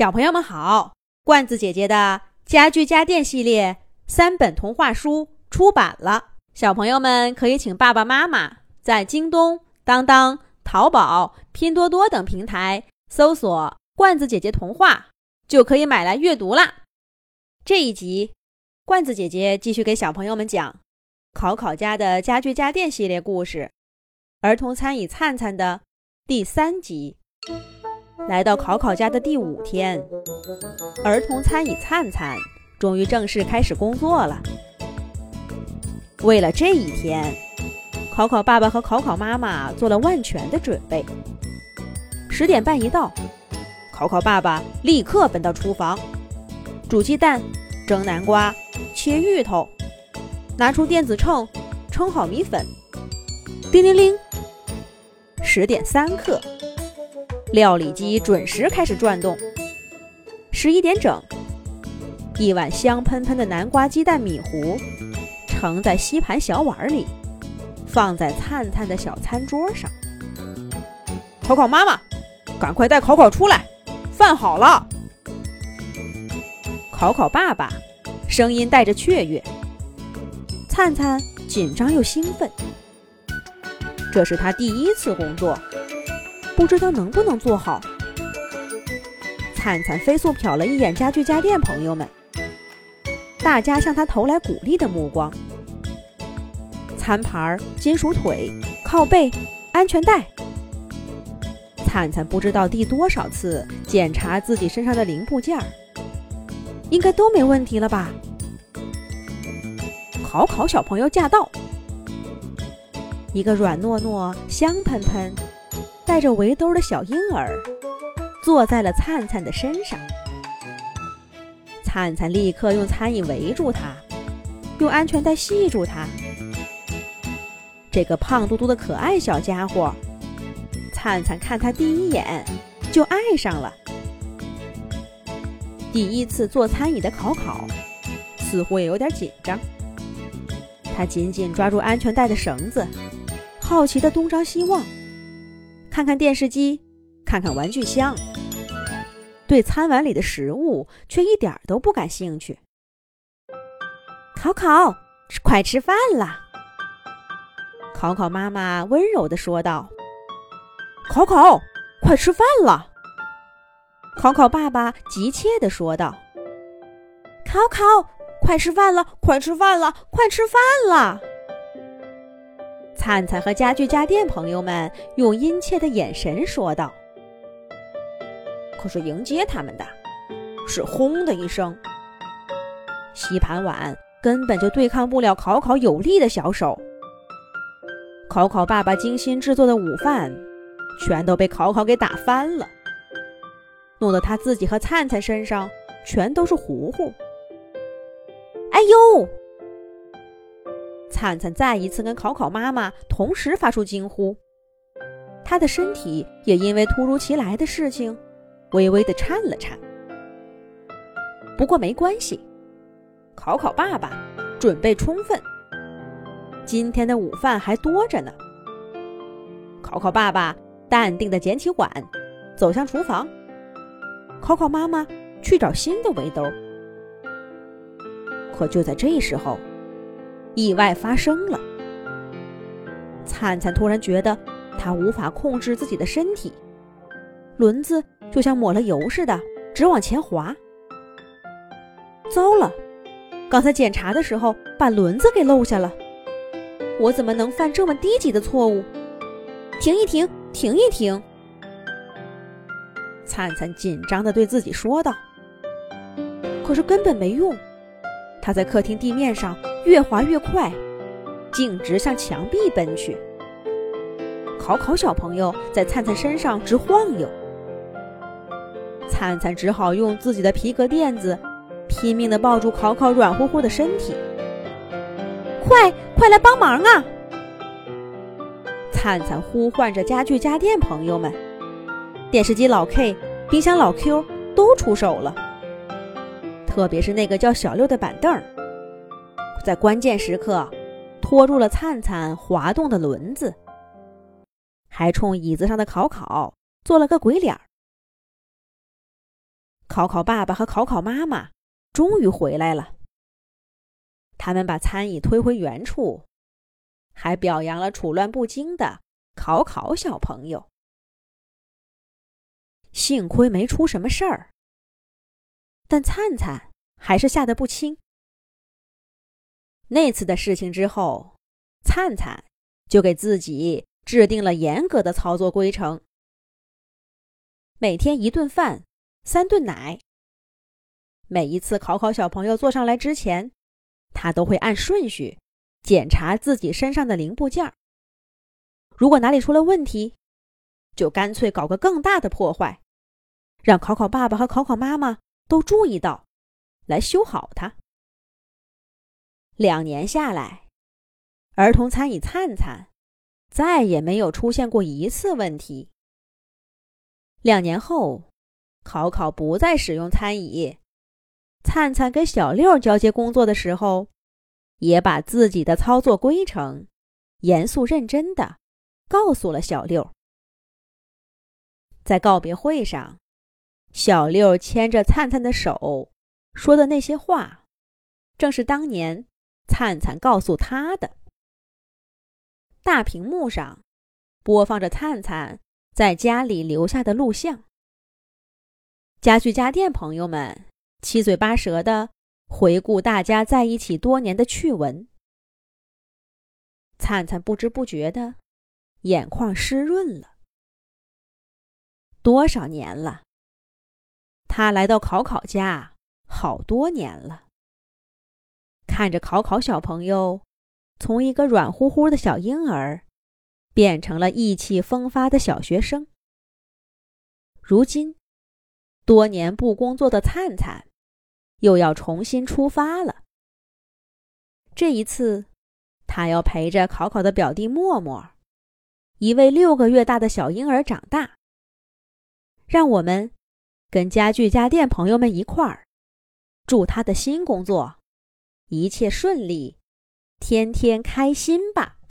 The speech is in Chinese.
小朋友们好，罐子姐姐的家具家电系列3本童话书出版了，小朋友们可以请爸爸妈妈在京东、当当、淘宝、拼多多等平台搜索罐子姐姐童话，就可以买来阅读啦。这一集，罐子姐姐继续给小朋友们讲考考家的家具家电系列故事，儿童餐椅灿灿的第3集。来到考考家的第5天，儿童餐椅灿灿终于正式开始工作了。为了这一天，考考爸爸和考考妈妈做了万全的准备。10点半一到，考考爸爸立刻奔到厨房，煮鸡蛋、蒸南瓜、切芋头，拿出电子秤称好米粉。叮铃铃，10点3刻，料理机准时开始转动。11点整，一碗香喷喷的南瓜鸡蛋米糊盛在吸盘小碗里，放在灿灿的小餐桌上。考考妈妈，赶快带考考出来，饭好了。考考爸爸声音带着雀跃，灿灿紧张又兴奋。这是他第1次工作，不知道能不能做好。灿灿飞速瞟了一眼家具家电朋友们，大家向他投来鼓励的目光。餐盘、金属腿、靠背、安全带。灿灿不知道第多少次检查自己身上的零部件，应该都没问题了吧？考考小朋友驾到，一个软糯糯、香喷喷、带着围兜的小婴儿坐在了灿灿的身上。灿灿立刻用餐椅围住他，用安全带系住他。这个胖嘟嘟的可爱小家伙，灿灿看他第1眼就爱上了。第1次坐餐椅的考考似乎也有点紧张，他紧紧抓住安全带的绳子，好奇地东张西望，看看电视机，看看玩具箱，对餐碗里的食物却一点都不感兴趣。考考，快吃饭啦！考考妈妈温柔地说道。考考，快吃饭了！考考爸爸急切地说道。考考，快吃饭了，快吃饭了，快吃饭了！灿灿和家具家电朋友们用殷切的眼神说道。可是迎接他们的是轰的一声，吸盘碗根本就对抗不了考考有力的小手。考考爸爸精心制作的午饭全都被考考给打翻了，弄得他自己和灿灿身上全都是糊糊。哎呦！灿灿再一次跟考考妈妈同时发出惊呼，他的身体也因为突如其来的事情微微地颤了颤。不过没关系，考考爸爸准备充分，今天的午饭还多着呢。考考爸爸淡定地捡起碗，走向厨房。考考妈妈去找新的围兜。可就在这时候，意外发生了。灿灿突然觉得他无法控制自己的身体，轮子就像抹了油似的直往前滑。糟了，刚才检查的时候把轮子给漏下了，我怎么能犯这么低级的错误？停一停，停一停！灿灿紧张地对自己说道。可是根本没用，他在客厅地面上越滑越快，径直向墙壁奔去。考考小朋友在灿灿身上直晃悠，灿灿只好用自己的皮革垫子拼命地抱住考考软乎乎的身体。快来帮忙啊！灿灿呼唤着家具家电朋友们，电视机老 K、冰箱老 Q 都出手了，特别是那个叫小六的板凳，在关键时刻拖住了灿灿滑动的轮子，还冲椅子上的考考做了个鬼脸。 考考爸爸和考考妈妈终于回来了。他们把餐椅推回原处，还表扬了处乱不惊的考考小朋友。幸亏没出什么事儿，但灿灿还是吓得不轻。那次的事情之后，灿灿就给自己制定了严格的操作规程：每天1顿饭，3顿奶。每一次考考小朋友坐上来之前，他都会按顺序检查自己身上的零部件。如果哪里出了问题，就干脆搞个更大的破坏，让考考爸爸和考考妈妈都注意到，来修好它。2年下来，儿童餐椅灿灿再也没有出现过一次问题。2年后，考考不再使用餐椅，灿灿给小六交接工作的时候，也把自己的操作规程严肃认真地告诉了小六。在告别会上，小六牵着灿灿的手说的那些话，正是当年灿灿告诉他的。大屏幕上播放着灿灿在家里留下的录像。家具家电朋友们七嘴八舌地回顾大家在一起多年的趣闻。灿灿不知不觉的眼眶湿润了。多少年了？他来到考考家好多年了。看着考考小朋友从一个软乎乎的小婴儿变成了意气风发的小学生。如今，多年不工作的灿灿又要重新出发了。这一次，他要陪着考考的表弟默默，一位6个月大的小婴儿长大。让我们跟家具家电朋友们一块儿，祝他的新工作一切顺利，天天开心吧。